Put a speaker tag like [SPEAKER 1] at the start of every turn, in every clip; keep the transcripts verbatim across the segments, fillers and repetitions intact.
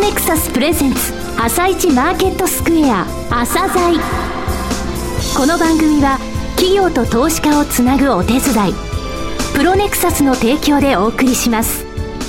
[SPEAKER 1] ネクサスプレゼンツ朝一マーケットスクエア朝鮮。この番組は企業と投資家をつなぐお手伝い、プロネクサスの提供でお送りします。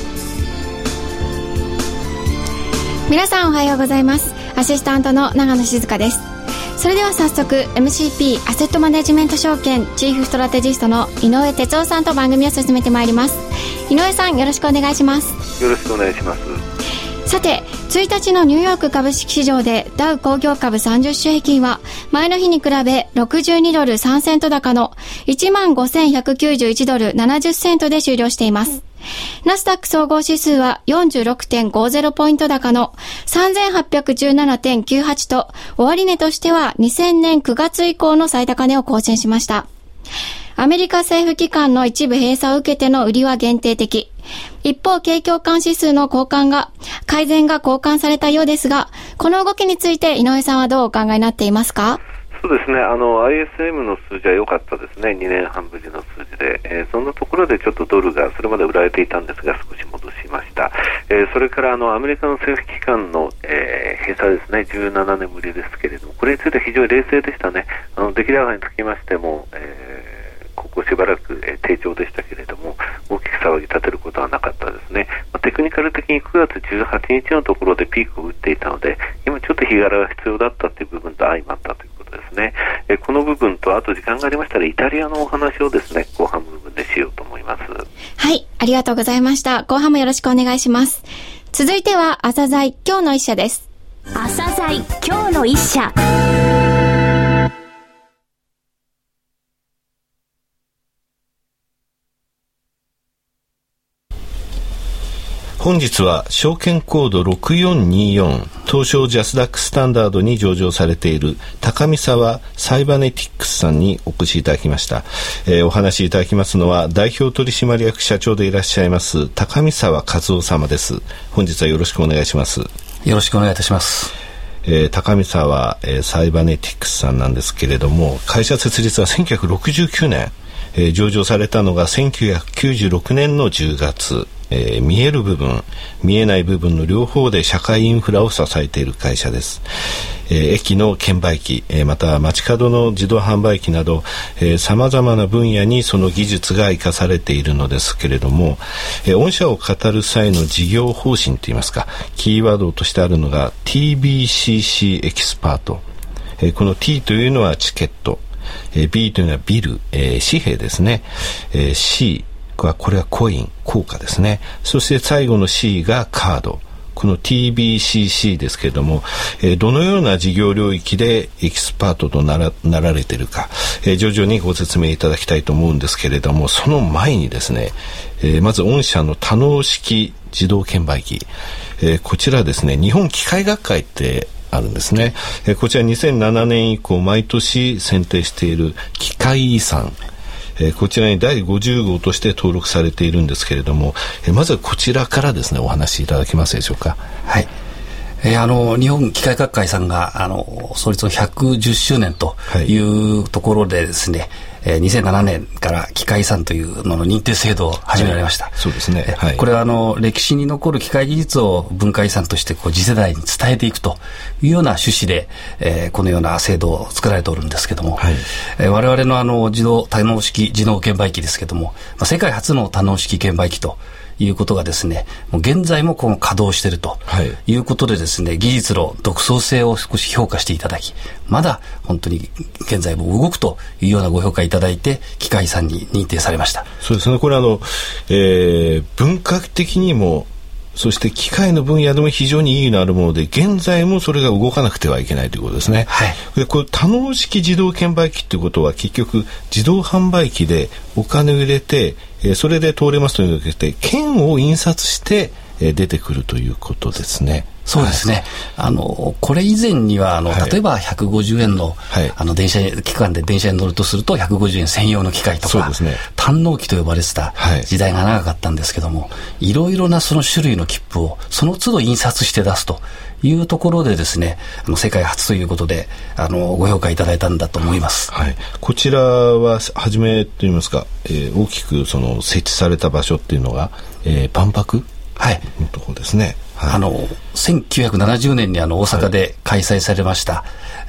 [SPEAKER 2] 皆さんおはようございます。アシスタントの長野静香です。それでは早速 エムシーピー アセットマネジメント証券チーフストラテジストの井上哲夫さんと番組を進めてまいります。井上さん、よろしくお願いします。
[SPEAKER 3] よろしくお願いします。
[SPEAKER 2] さて、ついたちのニューヨーク株式市場でダウ工業株さんじゅう種平均は前の日に比べろくじゅうにドルさんセント高の いちまんごせんひゃくきゅうじゅういちドルななじゅっセントで終了しています。ナスダック総合指数は よんじゅうろくてんごゼロ ポイント高の さんぜんはっぴゃくじゅうななてんきゅうはち と、終値としてはにせんねんくがつ以降の最高値を更新しました。アメリカ政府機関の一部閉鎖を受けての売りは限定的。一方、景況感指数の交換が、改善が交換されたようですが、この動きについて井上さんはどうお考えになっていますか？
[SPEAKER 3] そうですね、あの アイエスエム の数字は良かったですね。にねんはんぶりの数字で、えー、そんなところでちょっとドルがそれまで売られていたんですが少し戻しました。えー、それからあのアメリカの政府機関の、えー、閉鎖ですね、じゅうななねんぶりですけれども、これについて非常に冷静でしたね。あの出来高につきましても、えー、ここしばらく、えー、低調でしたけれども、大きく騒ぎ立てることはなかったですね。まあ、テクニカル的にくがつじゅうはちにちのところでピークを打っていたので、今ちょっと日柄が必要だったという部分と相まったということですね。えこの部分と、あと時間がありましたらイタリアのお話をですね、後半部分でしようと思います。
[SPEAKER 2] はい、ありがとうございました。後半もよろしくお願いします。続いては朝鮮今日の一社です。
[SPEAKER 1] 朝鮮今日の一社。
[SPEAKER 4] 本日は証券コードろくよんにーよん東証ジャスダックスタンダードに上場されている高見沢サイバネティックスさんにお越しいただきました。えー、お話しいただきますのは代表取締役社長でいらっしゃいます高見沢和夫様です。本日はよろしくお願いします。
[SPEAKER 5] よろしくお願いいたします。
[SPEAKER 4] えー、高見沢、えー、サイバネティックスさんなんですけれども、会社設立はせんきゅうひゃくろくじゅうきゅうねん、えー、上場されたのがせんきゅうひゃくきゅうじゅうろくねんのじゅうがつ。えー、見える部分見えない部分の両方で社会インフラを支えている会社です。えー、駅の券売機、えー、また街角の自動販売機などさまざまな分野にその技術が生かされているのですけれども、えー、御社を語る際の事業方針といいますか、キーワードとしてあるのが ティービーシーシー エキスパート、えー、この T というのはチケット、えー、B というのはビル、えー、紙幣ですね、えー、Cこれはコイン、硬貨ですね。そして最後の C がカード。この ティービーシーシー ですけれども、えー、どのような事業領域でエキスパートとな ら, なられているか、えー、徐々にご説明いただきたいと思うんですけれども、その前にですね、えー、まず御社の多能式自動券売機、えー、こちらですね、日本機械学会ってあるんですね。えー、こちらにせんななねん以降毎年選定している機械遺産、えー、こちらにだいごじゅう号として登録されているんですけれども、えー、まずはこちらからですねお話しいただけますでしょうか。
[SPEAKER 5] はい、えー、あの日本機械学会さんがあの創立のひゃくじゅっしゅうねんというところでですね、はい、えー、にせんななねんから機械遺産というのの認定制度を始められました。はい、
[SPEAKER 4] そうですね。はい、
[SPEAKER 5] これはあの歴史に残る機械技術を文化遺産としてこう次世代に伝えていくというような趣旨で、えー、このような制度を作られておるんですけども、はい、えー、我々のあの自動多能式自動券売機ですけども、まあ、世界初の多能式券売機ということがですね、もう現在もこの稼働しているということでですね、はい、技術の独創性を少し評価していただき、まだ本当に現在も動くというようなご評価いただいて機械遺産に認定されました。
[SPEAKER 4] そうですね、これあの、えー、文化的にもそして機械の分野でも非常に意義のあるもので、現在もそれが動かなくてはいけないということですね。はい、でこれ多能式自動券売機ということは結局自動販売機でお金を入れて、えー、それで通れますというので券を印刷して、えー、出てくるということですね。
[SPEAKER 5] そうですね、はい、あのこれ以前にはあの、はい、例えばひゃくごじゅうえんの、はい、あの電車期間で電車に乗るとするとひゃくごじゅうえん専用の機械とか、そうですね、単納機と呼ばれてた時代が長かったんですけども、はい、いろいろなその種類の切符をその都度印刷して出すというところでですね、あの世界初ということであのご評価いただいたんだと思います。
[SPEAKER 4] はい、こちらは初めといいますか、えー、大きくその設置された場所っていうのが、えー、万博のところですね。
[SPEAKER 5] はい、あのせんきゅうひゃくななじゅうねんにあの大阪で開催されました、はい、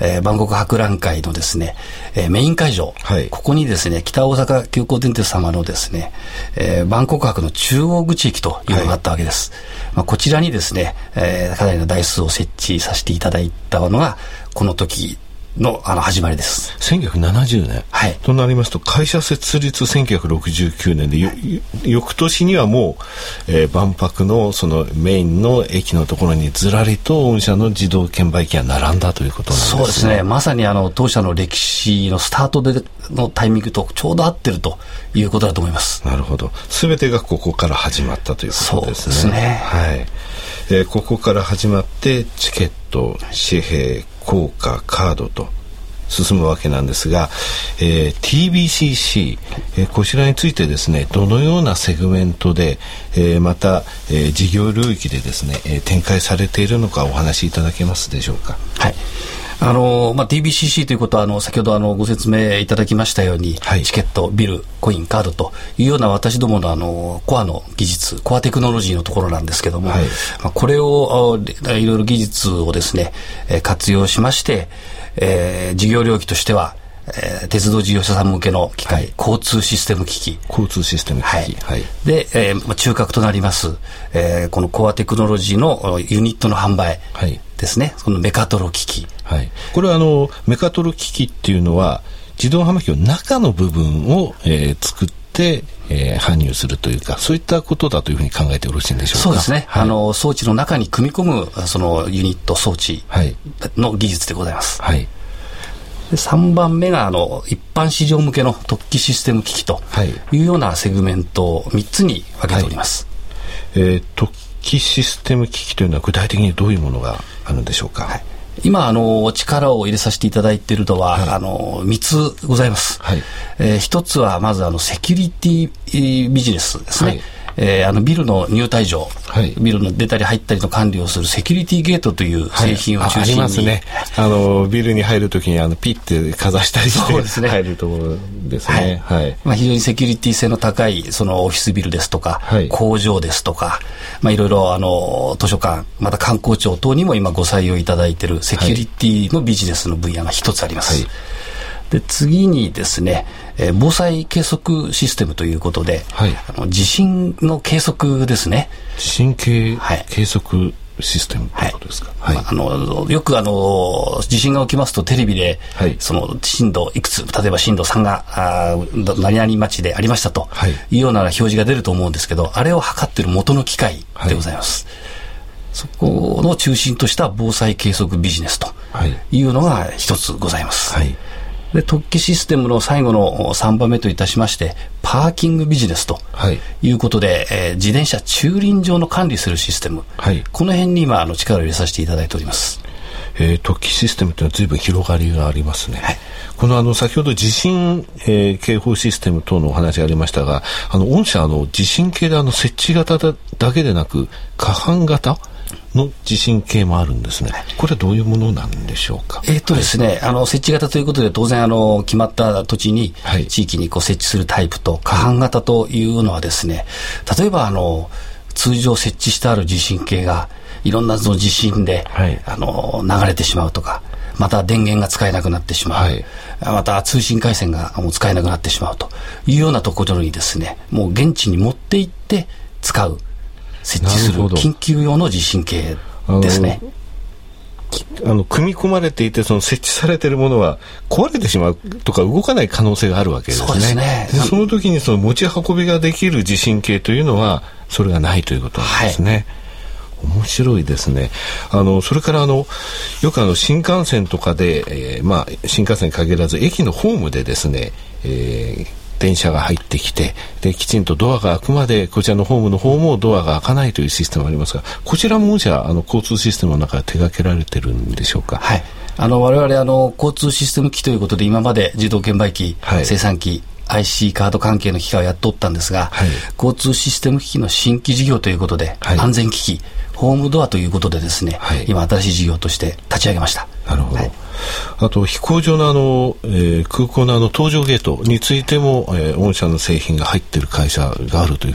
[SPEAKER 5] えー、万国博覧会のですね、えー、メイン会場、はい、ここにですね北大阪急行電鉄様のですね、えー、万国博の中央口駅というのがあったわけです、はい、まあ、こちらにですね、えー、かなりの台数を設置させていただいたのがこの時のあの始まりです。
[SPEAKER 4] せんきゅうひゃくななじゅうねん、はい、となりますと会社設立せんきゅうひゃくろくじゅうきゅうねんでよ翌年にはもう、えー、万博のそのメインの駅のところにずらりと御社の自動券売機が並んだということなんですね。
[SPEAKER 5] そうですね、まさにあの当社の歴史のスタートでのタイミングとちょうど合ってるということだと思います。
[SPEAKER 4] なるほど、全てがここから始まったということですね。
[SPEAKER 5] そうですね、
[SPEAKER 4] はい、えー、ここから始まってチケット、紙幣、硬貨、カードと進むわけなんですが、えー、ティービーシーシー、えー、こちらについてですね、どのようなセグメントで、えー、また、えー、事業領域でですね、えー、展開されているのかお話しいただけますでしょうか。
[SPEAKER 5] はい、あのまあ、ティービーシーシー ということはあの先ほどあのご説明いただきましたように、はい、チケット、ビル、コイン、カードというような私どものあのコアの技術、コアテクノロジーのところなんですけども、はい、まあ、これをいろいろ技術をですね、えー、活用しまして、えー、事業領域としては、えー、鉄道事業者さん向けの機械、はい、交通システム機器、
[SPEAKER 4] 交通システム機器、
[SPEAKER 5] はいはい、で、えー、中核となります、えー、このコアテクノロジーのユニットの販売ですね、はい、このメカトロ機器、
[SPEAKER 4] はい、これはあのメカトロ機器っていうのは自動販売機の中の部分を、えー、作ってえー、搬入するというか、そういったことだというふうに考えてよろしいんでしょうか。
[SPEAKER 5] そうですね、はい、あの装置の中に組み込むそのユニット装置の技術でございます、はい、でさんばんめがあの一般市場向けの特記システム機器というようなセグメントをみっつに分けております、
[SPEAKER 4] はい、えー、特記システム機器というのは具体的にどういうものがあるんでしょうか。はい、
[SPEAKER 5] 今あの力を入れさせていただいているのは、はい、あのみっつございます、はい、えー、ひとつはまずあのセキュリティビジネスですね、はい、えー、あのビルの入退場、はい、ビルの出たり入ったりの管理をするセキュリティゲートという製品を中心に、はい、あ, ありますね、
[SPEAKER 4] あのビルに入るときにあのピッてかざしたりして
[SPEAKER 5] そうです、ね、
[SPEAKER 4] 入るところですね、はいはい、
[SPEAKER 5] まあ、非常にセキュリティ性の高いそのオフィスビルですとか、はい、工場ですとか、まあ、いろいろあの図書館、また観光庁等にも今ご採用いただいているセキュリティのビジネスの分野が一つあります、はい、で次にですね、えー、防災計測システムということで、はい、あの地震の計測ですね。
[SPEAKER 4] 地震計、はい、計測システムということですか。はいはい、あ
[SPEAKER 5] のよくあの地震が起きますとテレビで、はい、その震度いくつ、例えば震度さんがあ何々町でありましたというような表示が出ると思うんですけど、あれを測っている元の機械でございます。はい、そこの中心とした防災計測ビジネスというのが一つございます。はい、で特記システムの最後のさんばんめといたしましてパーキングビジネスということで、はい、えー、自転車駐輪場の管理するシステム、はい、この辺に今あの力を入れさせていただいております。
[SPEAKER 4] えー、特記システムというのは随分広がりがありますね。はい、このあの先ほど地震、えー、警報システム等のお話がありましたが、あの御社あの地震計であの設置型だ、だけでなく過半型の地震計もあるんですね。これはどういうものなんでしょうか。
[SPEAKER 5] えーっとですね、はい、あの設置型ということで当然あの決まった土地に、はい、地域にこう設置するタイプと過半型というのはですね、例えばあの通常設置してある地震計がいろんなその地震で、はい、あの流れてしまうとか、また電源が使えなくなってしまう、はい、また通信回線がもう使えなくなってしまうというようなところにですね、もう現地に持って行って使う、設置する緊急用の地震計ですね。
[SPEAKER 4] あの組み込まれていて、その設置されているものは壊れてしまうとか動かない可能性があるわけですね。そうですね。でその時にその持ち運びができる地震計というのはそれがないということなんですね。はい、面白いですね。あのそれからあのよくあの新幹線とかで、えー、まあ新幹線に限らず駅のホームでですね、えー電車が入ってきて、できちんとドアが開くまでこちらのホームの方もドアが開かないというシステムがありますが、こちらもじゃあ、あの交通システムの中で手掛けられてるんでしょうか。
[SPEAKER 5] はい、あの我々あの交通システム機ということで今まで自動券売機、はい、精算機、アイシー カード関係の機械をやっておったんですが、はい、交通システム機器の新規事業ということで、はい、安全機器ホームドアということでですね、はい、今新しい事業として立ち上げました。
[SPEAKER 4] なるほど。
[SPEAKER 5] はい、
[SPEAKER 4] あと飛行場のあの、えー、空港のあの搭乗ゲートについても、えー、御社の製品が入っている会社があるというふうに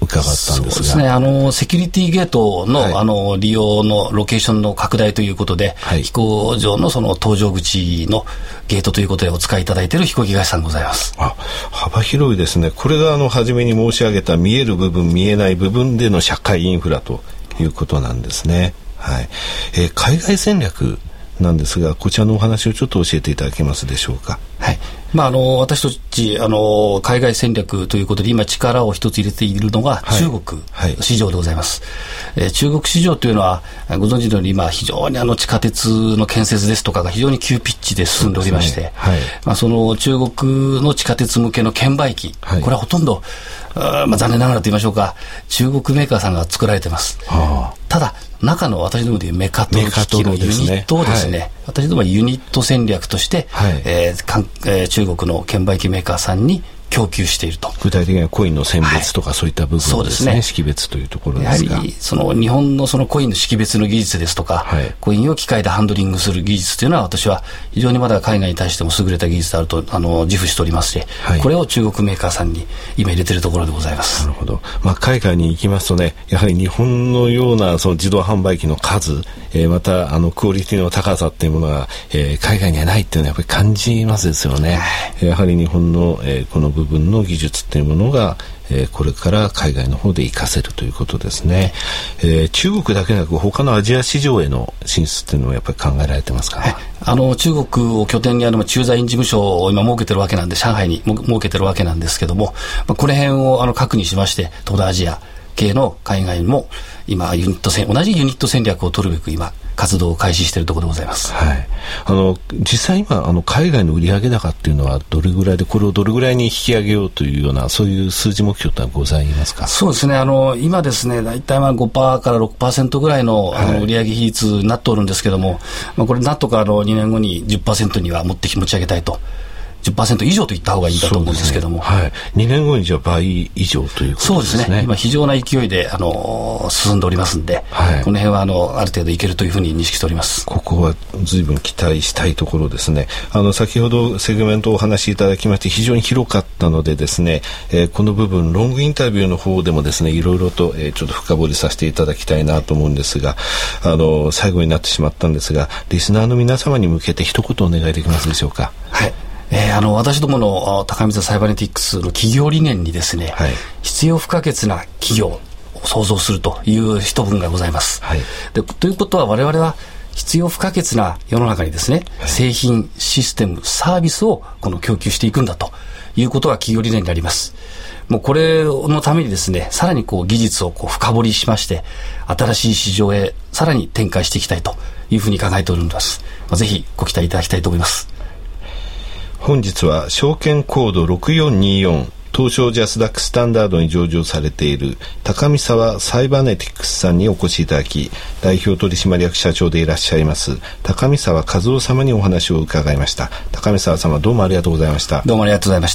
[SPEAKER 4] 伺ったんですが。そう
[SPEAKER 5] ですね、あのセキュリティゲートの、はい、あの利用のロケーションの拡大ということで、はい、飛行場のその搭乗口のゲートということでお使いいただいている飛行機会社さんございます。
[SPEAKER 4] あ、幅広いですね。これがあの初めに申し上げた見える部分見えない部分での社会インフラということなんですね。はい。えー、海外戦略なんですが、こちらのお話をちょっと教えていただけますでしょうか。
[SPEAKER 5] はい。まあ、あの私たちあの海外戦略ということで今力を一つ入れているのが中国市場でございます。はいはい、えー、中国市場というのはご存知のように今非常にあの地下鉄の建設ですとかが非常に急ピッチで進んでおりまして、ね、はい、まあ、その中国の地下鉄向けの券売機、はい、これはほとんどあ、まあ、残念ながらと言いましょうか、中国メーカーさんが作られています。はあ、ただ中の私どもでいうメカトル機器のユニットをですね、はい、私どもはユニット戦略として、はい、えーかんえー、中国の券売機メーカーさんに供給していると。
[SPEAKER 4] 具体的にはコインの選別とか、はい、そういった部分ですね。そうですね。識別というところですが、
[SPEAKER 5] やはりその日本のそのコインの識別の技術ですとか、はい、コインを機械でハンドリングする技術というのは私は非常にまだ海外に対しても優れた技術であるとあの自負しておりまして、はい、これを中国メーカーさんに今入れているところでございます。
[SPEAKER 4] なるほど。まあ、海外に行きますとね、やはり日本のようなその自動販売機の数、えー、またあのクオリティの高さっていうものが、えー、海外にはないっていうのはやっぱり感じますですよね。はい、やはり日本の、えー、この部分の技術というものが、えー、これから海外の方で活かせるということですね。えー、中国だけでなく他のアジア市場への進出というのはやっぱり考えられてますかね。はい、
[SPEAKER 5] あの中国を拠点にあの駐在員事務所を今設けてるわけなんで、上海に設けてるわけなんですけども、まあ、この辺をあの核にしまして東南アジア系の海外も今ユニット戦同じユニット戦略を取るべく今活動を開始しているところでございます。
[SPEAKER 4] はい、あの実際今あの海外の売上高っていうのはどれぐらいで、これをどれぐらいに引き上げようというようなそういう数字目標ってございますか。
[SPEAKER 5] そうですね、あの今ですねだいたいまあ ごパーセント から ろくパーセント ぐらいの、あの売上比率になっておるんですけども、まあ、これなんとかあのにねんごに じゅっパーセント には持って持ち上げたいと。じゅっパーセント 以上と言った方がいいかと思うんですけども、
[SPEAKER 4] ね、はい、にねんごにじゃあ倍以上ということですね。
[SPEAKER 5] そうですね、今非常な勢いで、あのー、進んでおりますんで、はい、この辺はあのある程度いけるというふうに認識しております。
[SPEAKER 4] ここは随分期待したいところですね。あの先ほどセグメントをお話しいただきまして非常に広かったのでですね、えー、この部分ロングインタビューの方でもですねいろいろと、えー、ちょっと深掘りさせていただきたいなと思うんですが、あの最後になってしまったんですが、リスナーの皆様に向けて一言お願いできますでしょうか。
[SPEAKER 5] はい、えー、あの私どもの高見沢サイバネティクスの企業理念にですね、はい、必要不可欠な企業を創造するという一文がございます。はい、でということは我々は必要不可欠な世の中にですね、はい、製品、システム、サービスをこの供給していくんだということが企業理念になります。もうこれのためにですね、さらにこう技術をこう深掘りしまして新しい市場へさらに展開していきたいというふうに考えております。まあ、ぜひご期待いただきたいと思います。
[SPEAKER 4] 本日は証券コードろくよんによん東証ジャスダックスタンダードに上場されている高見沢サイバネティクスさんにお越しいただき、代表取締役社長でいらっしゃいます高見沢和夫様にお話を伺いました。高見沢様、どうもありがとうございました。
[SPEAKER 5] どうもありがとうございました。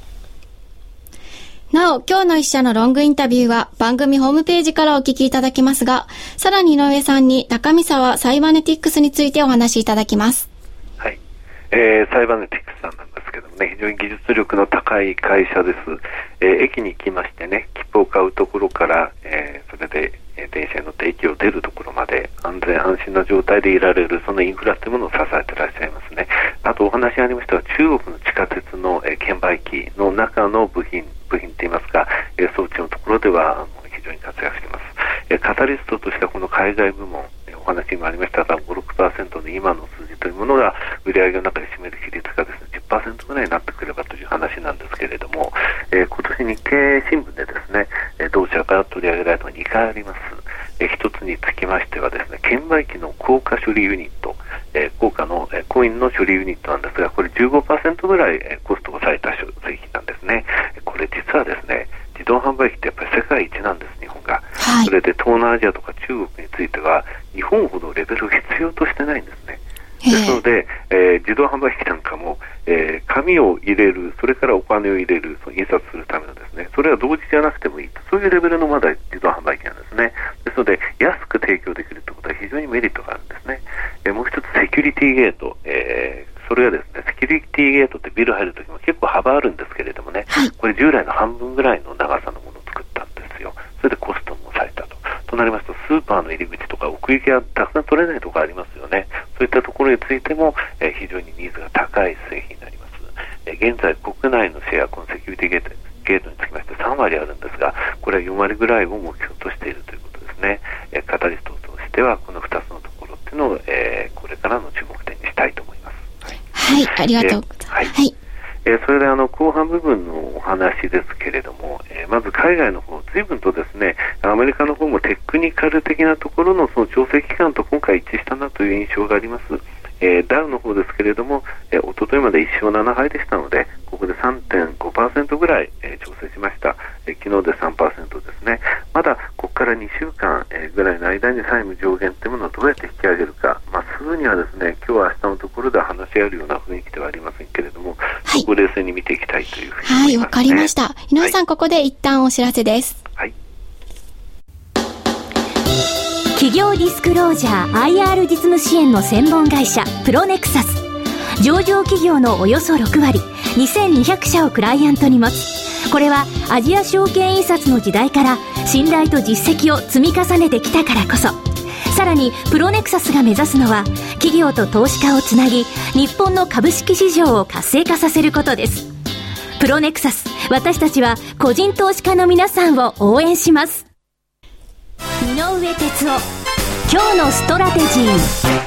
[SPEAKER 2] なお、今日の一社のロングインタビューは番組ホームページからお聞きいただけますが、さらに井上さんに高見沢サイバネティクスについてお話しいただきます。
[SPEAKER 3] はい、えー、サイバネティクスさんなんですけどもね、非常に技術力の高い会社です。えー、駅に行きましてね、切符を買うところから、えー、それで、えー、電車に乗って駅を出るところまで安全安心な状態でいられる、そのインフラというものを支えていらっしゃいますね。あとお話ありましたが、中国の地下鉄の、えー、券売機の中の部品部品といいますか、えー、装置のところではあの非常に活躍しています。えー、カタリストとしてはこの海外部門、えー、お話にもありましたが ご、ろくパーセント の今の数字というものが売上の中で占める比率がですね じゅっパーセント ぐらいになってくればという話なんですけれども、えー、今年日経新聞でですね、えー、同社から取り上げられたのがにかいあります。えー、一つにつきましてはですね、券売機の硬貨処理ユニット、えー、硬貨の、えー、コインの処理ユニットなんですが、これ じゅうごパーセント ぐらい、えー、コストを抑えた製品なんですね。これ実はですね、自動販売機ってやっぱり世界一なんです、日本が。はい、それで東南アジアとか中国については日本ほどレベルを必要としてないんですね。ですので、えー、自動販売機なんかも、えー、紙を入れる、それからお金を入れる、その印刷するためのですね、それは同時じゃなくてもいいと、そういうレベルのまだ自動販売機なんですね。ですので安く提供できるということは非常にメリットがあるんですね。えー、もう一つセキュリティゲート、えー、それはですね、セキュリティゲートってビル入るときも結構幅あるんですけれどもね、はい、これ従来の半分ぐらいの長さのものを作ったんですますとスーパーの入り口とか奥行きがたくさん取れないところありますよね。そういったところについても、えー、非常にニーズが高い製品になります。えー、現在国内のシェア、このセキュリティゲート、ゲートにつきましてさんわりあるんですが、これはよんわりぐらいを目標としているということですね。えー、カタリストとしてはこのふたつのところっていうのを、えー、これからの注目点にしたいと思います。
[SPEAKER 2] はい、はい、ありがとうございます。はい、はい
[SPEAKER 3] えー、それであの後半部分のお話ですけれども、えー、まず海外の方、随分とですね、アメリカの方もテクニカル的なところのその調整期間と今回一致したなという印象があります。えー、ダウの方ですけれども、えー、一昨日までいっしょうななはいでしたので、ここで さんてんごパーセント ぐらい、えー、調整しました。えー、昨日で さんパーセント ですね。まだここからにしゅうかん、えー、ぐらいの間に債務上限というものをどうやって引き上げるか、まあ、すぐにはですね、今日は明日のところでは話し合えるような雰囲気ではありませんけれども、はい、そこを冷静に見ていきたいというふうに思いますね。
[SPEAKER 2] はい、わかりました。井上さん、はい、ここで一旦お知らせです。
[SPEAKER 3] はい。
[SPEAKER 1] 企業ディスクロージャー アイアール 実務支援の専門会社プロネクサス。上場企業のおよそろくわり、にせんにひゃくしゃをクライアントに持つ。これはアジア証券印刷の時代から信頼と実績を積み重ねてきたからこそ。さらにプロネクサスが目指すのは企業と投資家をつなぎ、日本の株式市場を活性化させることです。プロネクサス、私たちは個人投資家の皆さんを応援します。井上哲夫、今日のストラテジー。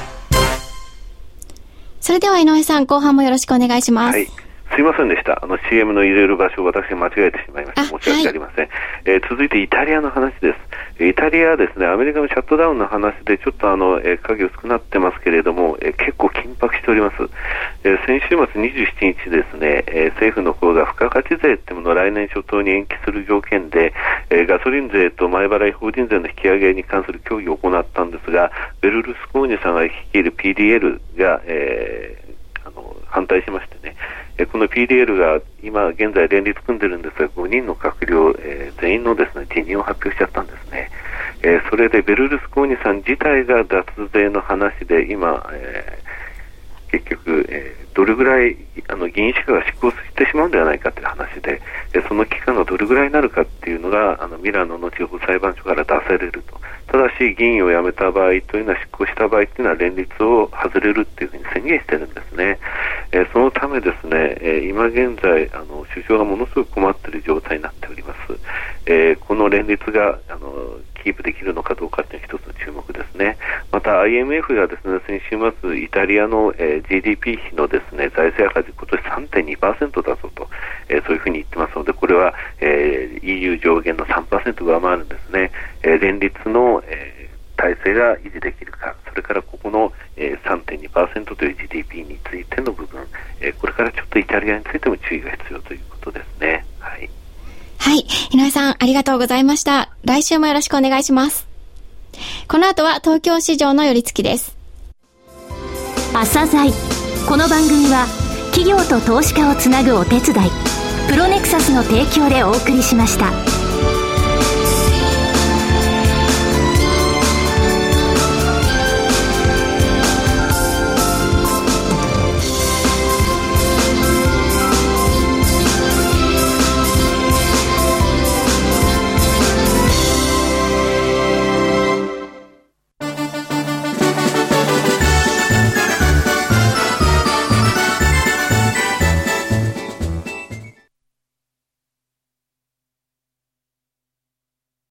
[SPEAKER 2] それでは井上さん、後半もよろしくお願いします。
[SPEAKER 3] はい、すいませんでした。あの シーエム の入れる場所を私が間違えてしまいました。申し訳ありません。はい、えー、続いてイタリアの話です。イタリアはですね、アメリカのシャットダウンの話でちょっとあの、えー、影薄くなってますけれども、えー、結構緊迫しております。えー、先週末にじゅうしちにちですね、えー、政府の方が付加価値税っていうものを来年初頭に延期する条件で、えー、ガソリン税と前払い法人税の引き上げに関する協議を行ったんですが、ベルルスコーニさんが率いる ピーディーエル が、えー、あの反対しましてね、えー、この ピーディーエル が今現在連立組んでるんですが、ごにんの閣僚、えー、全員のですね辞任を発表しちゃったんですね。えー、それでベルルスコーニさん自体が脱税の話で今、えー、結局、えー、どれぐらいあの議員資格が執行してしまうんではないかという話で、えー、その期間がどれぐらいになるかっていうのがあのミラノの地方裁判所から出されると。ただし議員を辞めた場合というのは、執行した場合というのは連立を外れるっていうふうに宣言してるんですね。えー、そのためですね、えー、今現在あの首相がものすごく困っている状態になっております。えー、この連立があのキープできるのかどうかという一つの注目ですね。また アイエムエフ がですね、先週末イタリアの、えー、ジーディーピー 比のですね財政赤字今年 さんてんにパーセント だぞと、えー、そういうふうに言ってますので、これは、えー、イーユー 上限の さんパーセント 上回るんですね。えー、連立の、えー、体制が維持できるか、それからここの、えー、さんてんにパーセント という ジーディーピー についての部分、えー、これからちょっとイタリアについても注意が必要ということですね。はい。
[SPEAKER 2] はい。井上さん、ありがとうございました。来週もよろしくお願いします。この後は東京市場の寄り付きです。
[SPEAKER 1] 朝鮮。この番組は企業と投資家をつなぐお手伝い、プロネクサスの提供でお送りしました。